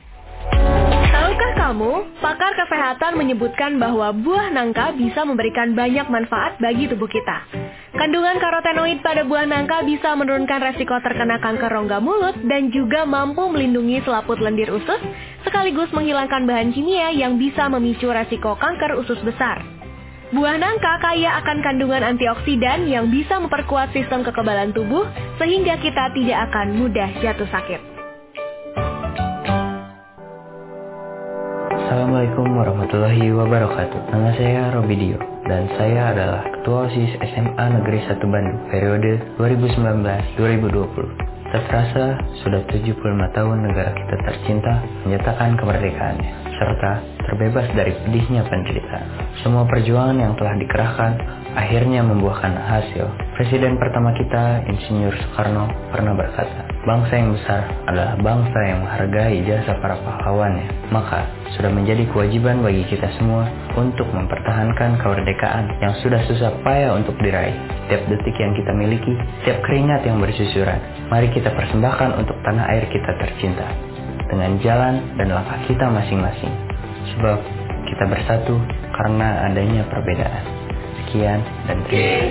Tahukah kamu, pakar kesehatan menyebutkan bahwa buah nangka bisa memberikan banyak manfaat bagi tubuh kita. Kandungan karotenoid pada buah nangka bisa menurunkan resiko terkena kanker rongga mulut dan juga mampu melindungi selaput lendir usus, sekaligus menghilangkan bahan kimia yang bisa memicu resiko kanker usus besar. Buah nangka kaya akan kandungan antioksidan yang bisa memperkuat sistem kekebalan tubuh sehingga kita tidak akan mudah jatuh sakit. Assalamualaikum warahmatullahi wabarakatuh. Nama saya Robidio dan saya adalah Ketua OSIS SMA Negeri 1 Bandung periode 2019-2020. Tak terasa sudah 75 tahun negara kita tercinta menyatakan kemerdekaannya serta terbebas dari pedihnya penderitaan. Semua perjuangan yang telah dikerahkan akhirnya membuahkan hasil. Presiden pertama kita, Insinyur Soekarno, pernah berkata, bangsa yang besar adalah bangsa yang menghargai jasa para pahlawannya. Maka, sudah menjadi kewajiban bagi kita semua untuk mempertahankan kemerdekaan yang sudah susah payah untuk diraih. Setiap detik yang kita miliki, setiap keringat yang bersusuran, mari kita persembahkan untuk tanah air kita tercinta. Dengan jalan dan langkah kita masing-masing. Sebab kita bersatu karena adanya perbedaan. Sekian dan terima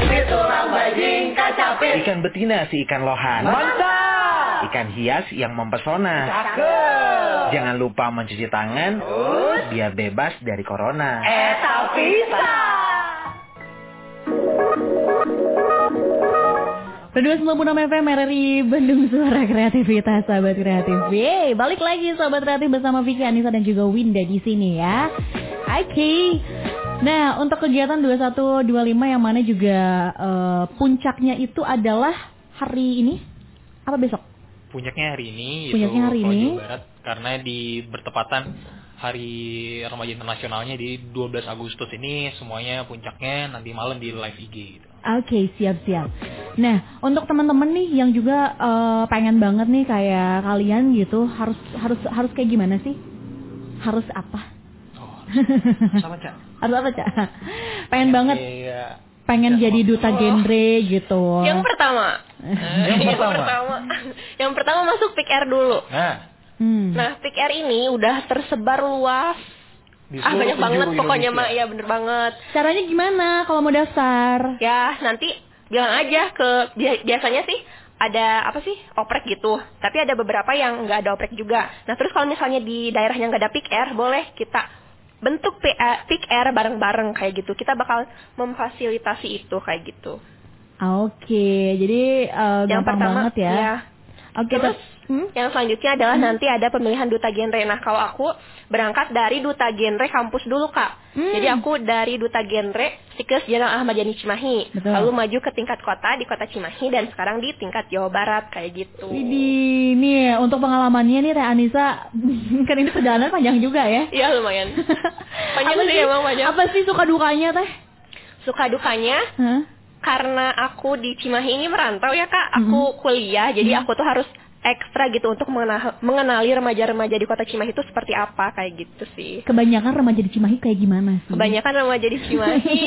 kasih. Ikan betina si ikan lohan. Mantap! Ikan hias yang mempesona. Cakep! Jangan lupa mencuci tangan biar bebas dari corona. Eta bisa! Radio 96 FM RRI Bandung, suara kreativitas sahabat kreatif. Yeay, balik lagi sahabat kreatif bersama Vicky, Anissa dan juga Winda di sini ya. Oke. Nah, untuk kegiatan 21-25 yang mana juga puncaknya itu adalah hari ini apa besok? Puncaknya hari ini Puncaknya hari ini Jawa Barat karena di bertepatan Hari Remaja Internasionalnya di 12 Agustus ini, semuanya puncaknya nanti malam di live IG gitu. Oke, siap-siap. Nah, untuk teman-teman nih yang juga pengen banget nih kayak kalian gitu, harus kayak gimana sih? Harus apa? Harus apa, Cak? Harus apa, Cak? Pengen banget. Pengen jadi duta genre gitu. Yang pertama masuk Pick Air dulu. Nah, Pick Air ini udah tersebar luas. Banyak banget pokoknya mah, ya bener banget. Caranya gimana kalau mau daftar? Ya, nanti bilang aja ke, biasanya sih ada apa sih, oprek gitu. Tapi ada beberapa yang nggak ada oprek juga. Nah, terus kalau misalnya di daerahnya nggak ada Pick Air, boleh kita bentuk Pick Air bareng-bareng kayak gitu. Kita bakal memfasilitasi itu kayak gitu. Oke, jadi yang gampang pertama, banget ya. Ya. Oke, terus yang selanjutnya adalah nanti ada pemilihan duta genre. Nah, kalau aku berangkat dari duta genre kampus dulu, Kak. Jadi aku dari duta genre Sikes Jalan Ahmad Yani Cimahi. Betul. Lalu maju ke tingkat kota di kota Cimahi dan sekarang di tingkat Jawa Barat kayak gitu. Widih, nih untuk pengalamannya nih Teh Anissa, kan ini perjalanan panjang juga ya? Iya, lumayan. Panjang sih emang panjang. Apa sih suka dukanya Teh? Suka dukanya? Karena aku di Cimahi ini merantau ya, Kak. Aku kuliah, jadi aku tuh harus ekstra gitu untuk mengenali remaja-remaja di kota Cimahi itu seperti apa, kayak gitu sih. Kebanyakan remaja di Cimahi kayak gimana sih? Kebanyakan remaja di Cimahi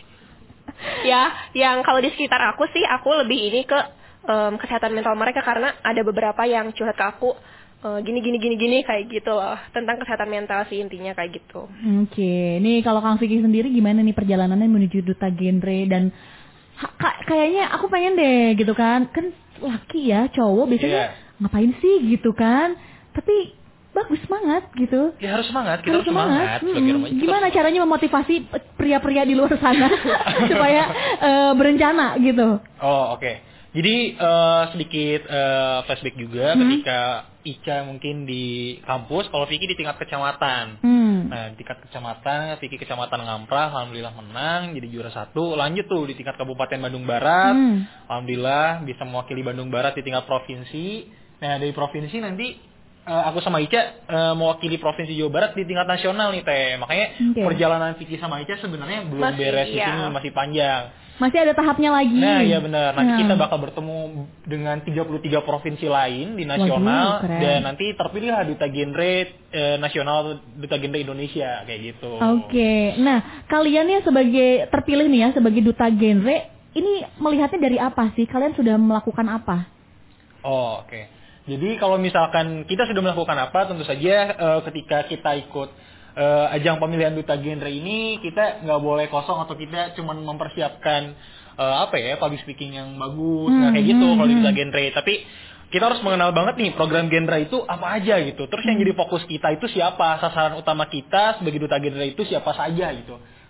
ya, yang kalau di sekitar aku sih, aku lebih ini ke kesehatan mental mereka, karena ada beberapa yang curhat ke aku gini kayak gitu loh, tentang kesehatan mental sih intinya kayak gitu. Oke, nih kalau Kang Vicky sendiri gimana nih perjalanannya menuju duta genre, dan kayaknya aku pengen deh gitu kan laki ya, cowok biasanya ngapain sih gitu kan, tapi bagus semangat gitu. Ya harus semangat, kita harus semangat. Gimana caranya memotivasi pria-pria di luar sana supaya berencana gitu? Oh, oke. Jadi sedikit flashback juga ketika Ica mungkin di kampus, kalau Vicky di tingkat kecamatan. Nah, di tingkat kecamatan, Vicky kecamatan Ngamprah, alhamdulillah menang jadi juara 1. Lanjut tuh di tingkat Kabupaten Bandung Barat, alhamdulillah bisa mewakili Bandung Barat di tingkat provinsi. Nah, dari provinsi nanti aku sama Ica mewakili provinsi Jawa Barat di tingkat nasional nih Teh. Makanya perjalanan Vicky sama Ica sebenarnya belum beres di sini, masih panjang. Masih ada tahapnya lagi. Nah, iya benar. Nanti kita bakal bertemu dengan 33 provinsi lain di nasional. Waduh, dan nanti terpilih duta genre nasional, duta genre Indonesia kayak gitu. Oke. Nah, kalian ya sebagai terpilih nih ya sebagai duta genre, ini melihatnya dari apa sih? Kalian sudah melakukan apa? Oh, oke. Jadi kalau misalkan kita sudah melakukan apa, tentu saja ketika kita ikut ajang pemilihan duta genre ini, kita nggak boleh kosong atau kita cuma mempersiapkan public speaking yang bagus, kayak gitu kalau di duta genre. Tapi kita harus mengenal banget nih program genre itu apa aja gitu. Terus yang jadi fokus kita itu siapa, sasaran utama kita sebagai duta genre itu siapa saja gitu.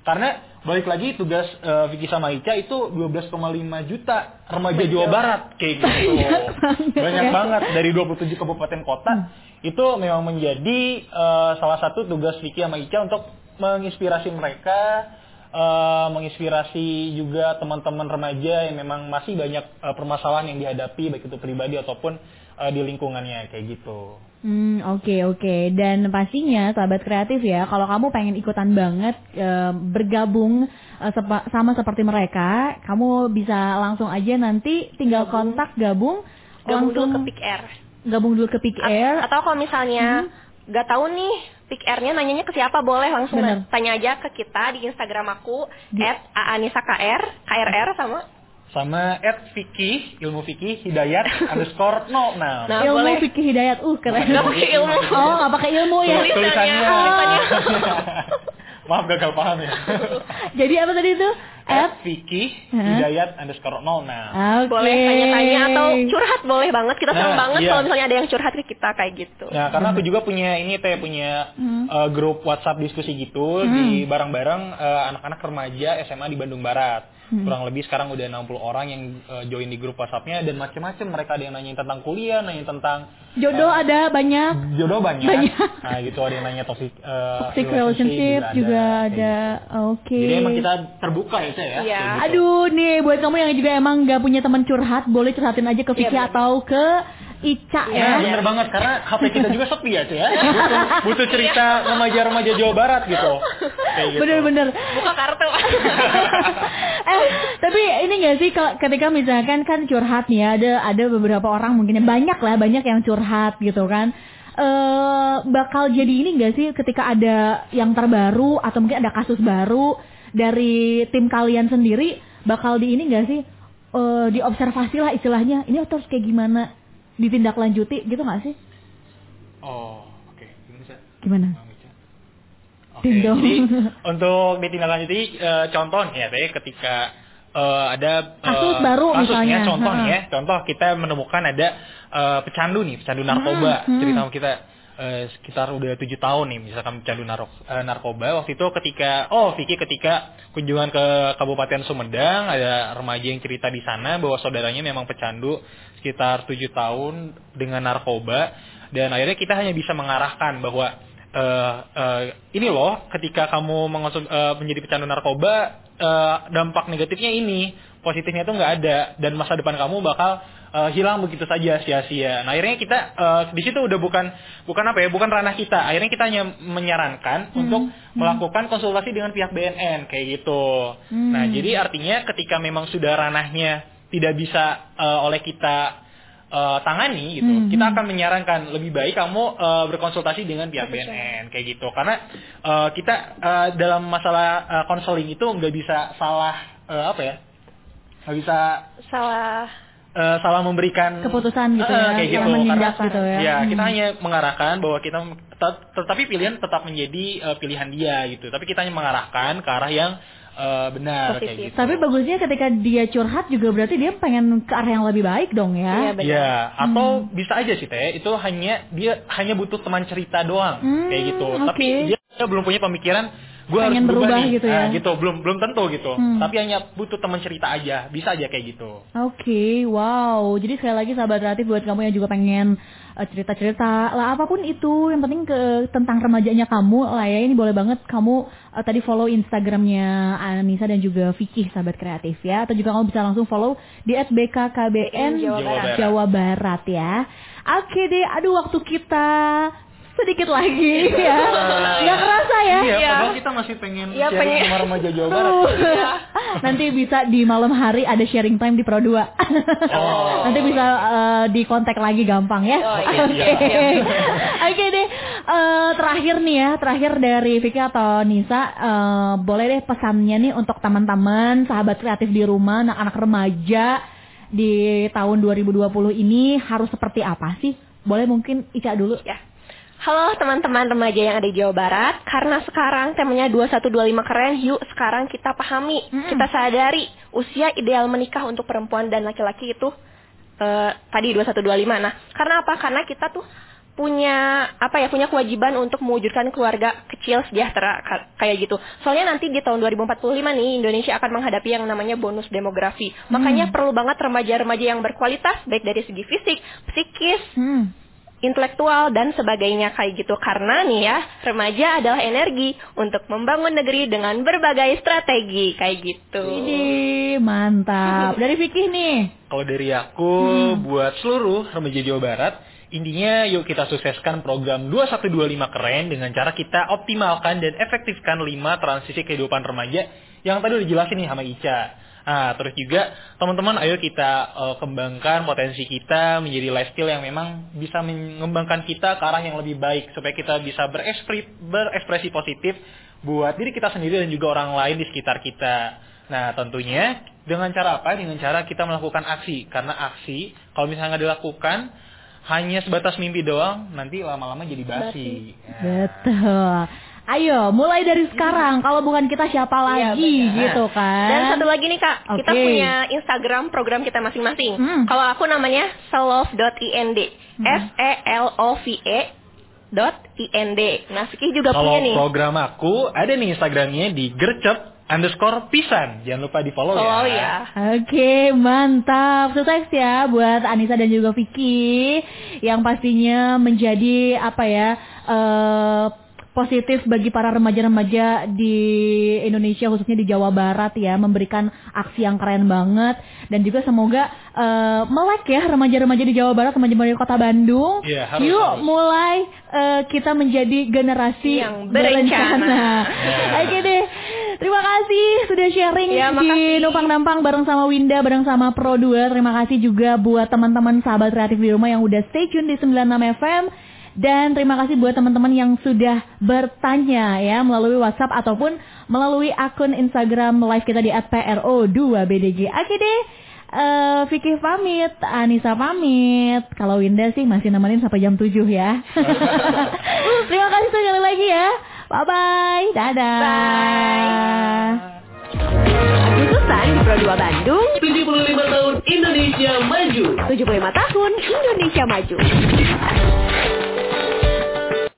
Karena balik lagi tugas Vicky sama Ica itu 12,5 juta remaja Jawa Barat kayak gitu. Banyak banget dari 27 kabupaten kota. Itu memang menjadi salah satu tugas Vicky sama Ica untuk menginspirasi mereka, menginspirasi juga teman-teman remaja yang memang masih banyak permasalahan yang dihadapi baik itu pribadi ataupun di lingkungannya kayak gitu. Oke. Dan pastinya sahabat kreatif ya, kalau kamu pengen ikutan banget bergabung sama seperti mereka, kamu bisa langsung aja nanti tinggal kontak gabung langsung dulu ke Pick Air. Gabung dulu ke Pick Air. Atau kalau misalnya nggak tahu nih Pick Air-nya nanyanya ke siapa, boleh langsung tanya aja ke kita di Instagram aku @aanisakr sama @Vicky ilmu Vicky Hidayat _06. Nah, ilmu Vicky Hidayat, keren. Nggak pakai ilmu. Nggak pakai ilmu ya. Tulisannya. Maaf gagal paham ya. Jadi apa tadi itu? Vicky Hidayat _06. Boleh tanya-tanya atau curhat, boleh banget. Kita senang banget kalau misalnya ada yang curhat ke kita kayak gitu. Nah, karena aku juga punya grup WhatsApp diskusi gitu di bareng-bareng anak-anak remaja SMA di Bandung Barat. Kurang lebih sekarang udah 60 orang yang join di grup WhatsApp-nya dan macam-macam. Mereka ada yang nanyain tentang kuliah, nanyain tentang jodoh, ada banyak. Jodoh banyak. Nah, gitu ada yang nanya toxic relationship juga ada. Oke. Jadi emang kita terbuka ya, saya ya. Iya. Gitu. Aduh, nih buat kamu yang juga emang nggak punya teman curhat, boleh curhatin aja ke Vicky atau ke Ica ya. Bener banget, karena HP kita juga sepi ya, ya. Butuh cerita remaja-remaja Jawa Barat gitu. Kayak gitu. Bener-bener. Buka kartu. Tapi ini nggak sih ketika misalkan kan curhat nih ya, ada beberapa orang mungkin banyak yang curhat gitu kan. Bakal jadi ini nggak sih ketika ada yang terbaru atau mungkin ada kasus baru dari tim kalian sendiri, bakal di ini nggak sih diobservasi lah istilahnya, ini terus kayak gimana, ditindaklanjuti gitu nggak sih? Oke. Gimana? Oke, jadi untuk ditindaklanjuti contoh ya, ketika ada kasus baru misalnya. Contoh kita menemukan ada pecandu narkoba. Cerita sama kita sekitar udah 7 tahun nih misalkan pecandu narkoba. Waktu itu ketika kunjungan ke Kabupaten Sumedang, ada remaja yang cerita di sana bahwa saudaranya memang pecandu sekitar 7 tahun dengan narkoba, dan akhirnya kita hanya bisa mengarahkan bahwa ini loh, ketika kamu menjadi pecandu narkoba, dampak negatifnya ini, positifnya itu nggak ada, dan masa depan kamu bakal hilang begitu saja, sia-sia. Nah, akhirnya kita di situ udah bukan ranah kita. Akhirnya kita hanya menyarankan untuk melakukan konsultasi dengan pihak BNN kayak gitu. Nah, jadi artinya ketika memang sudah ranahnya tidak bisa oleh kita tangani gitu, kita akan menyarankan lebih baik kamu berkonsultasi dengan pihak BNN kayak gitu, karena kita dalam masalah konseling itu nggak bisa salah memberikan keputusan gitu ya, kayak gitu, menindak gitu ya. Ya, kita hanya mengarahkan bahwa kita tetapi pilihan tetap menjadi pilihan dia gitu, tapi kita hanya mengarahkan ke arah yang benar kayak gitu. Tapi bagusnya ketika dia curhat juga berarti dia pengen ke arah yang lebih baik dong ya. Iya, atau bisa aja sih dia hanya butuh teman cerita doang kayak gitu. Tapi dia belum punya pemikiran gue harus berubah nih, gitu ya. Gitu, belum tentu gitu. Tapi hanya butuh teman cerita aja, bisa aja kayak gitu. Oke, wow. Jadi sekali lagi sahabat kreatif, buat kamu yang juga pengen cerita-cerita lah apapun itu, yang penting tentang remajanya kamu lah ya, ini boleh banget kamu tadi follow Instagramnya Anissa dan juga Vicky sahabat kreatif ya, atau juga kamu bisa langsung follow di @BKKBN Jawa Barat ya. Oke deh, aduh waktu kita sedikit lagi ya, nggak kerasa ya. Iya, padahal kita masih pengen sharing sama remaja Jawa Barat. Nanti bisa di malam hari ada sharing time di Pro 2. Nanti bisa di kontak lagi gampang ya. Oke deh, terakhir dari Vicky atau Nisa, boleh deh pesannya nih untuk teman-teman sahabat kreatif di rumah, anak-anak remaja di tahun 2020 ini harus seperti apa sih? Boleh mungkin Ica dulu ya. Halo teman-teman remaja yang ada di Jawa Barat, karena sekarang temanya 2125 keren, yuk sekarang kita pahami, kita sadari usia ideal menikah untuk perempuan dan laki-laki itu tadi 2125. Nah, karena apa? Karena kita tuh punya kewajiban untuk mewujudkan keluarga kecil, sejahtera kayak gitu. Soalnya nanti di tahun 2045 nih Indonesia akan menghadapi yang namanya bonus demografi. Makanya perlu banget remaja-remaja yang berkualitas baik dari segi fisik, psikis, intelektual dan sebagainya kayak gitu. Karena nih ya, remaja adalah energi untuk membangun negeri dengan berbagai strategi kayak gitu. Ini mantap. Dari Fikih nih. Kalau dari aku buat seluruh remaja Jawa Barat, intinya yuk kita sukseskan program 2125 keren dengan cara kita optimalkan dan efektifkan 5 transisi kehidupan remaja yang tadi udah jelasin nih sama Ica. Nah, terus juga teman-teman ayo kita kembangkan potensi kita menjadi life skill yang memang bisa mengembangkan kita ke arah yang lebih baik supaya kita bisa berekspresi positif buat diri kita sendiri dan juga orang lain di sekitar kita. Nah, tentunya dengan cara apa? Dengan cara kita melakukan aksi. Karena aksi kalau misalnya nggak dilakukan hanya sebatas mimpi doang, nanti lama-lama jadi basi. Betul. Ayo, mulai dari sekarang. Kalau bukan kita siapa lagi, gitu kan? Dan satu lagi nih Kak, kita punya Instagram program kita masing-masing. Kalau aku namanya selove.ind, selove.ind. Nah, Fikih juga punya nih. Kalau program aku ada nih Instagramnya di gercep_pisan. Jangan lupa di follow ya. Oke, mantap. Sukses ya buat Anissa dan juga Vicky yang pastinya menjadi positif bagi para remaja-remaja di Indonesia khususnya di Jawa Barat ya, memberikan aksi yang keren banget dan juga semoga melek ya remaja-remaja di Jawa Barat, remaja-remaja di Kota Bandung. Yuk mulai kita menjadi generasi yang berencana. Oke deh. Terima kasih sudah sharing di Numpang Nampang bareng sama Winda, bareng sama Pro 2. Terima kasih juga buat teman-teman sahabat kreatif di rumah yang udah stay tune di 96 FM. Dan terima kasih buat teman-teman yang sudah bertanya ya melalui WhatsApp ataupun melalui akun Instagram live kita di @pro2bdg. Oke deh, Fikih pamit, Anissa pamit. Kalau Winda sih masih nemenin sampai jam 7 ya. Terima kasih sekali lagi ya. Bye-bye. Dadah. Bye. Agustusan di Pro 2 Bandung. 75 tahun Indonesia Maju. 75 tahun Indonesia Maju.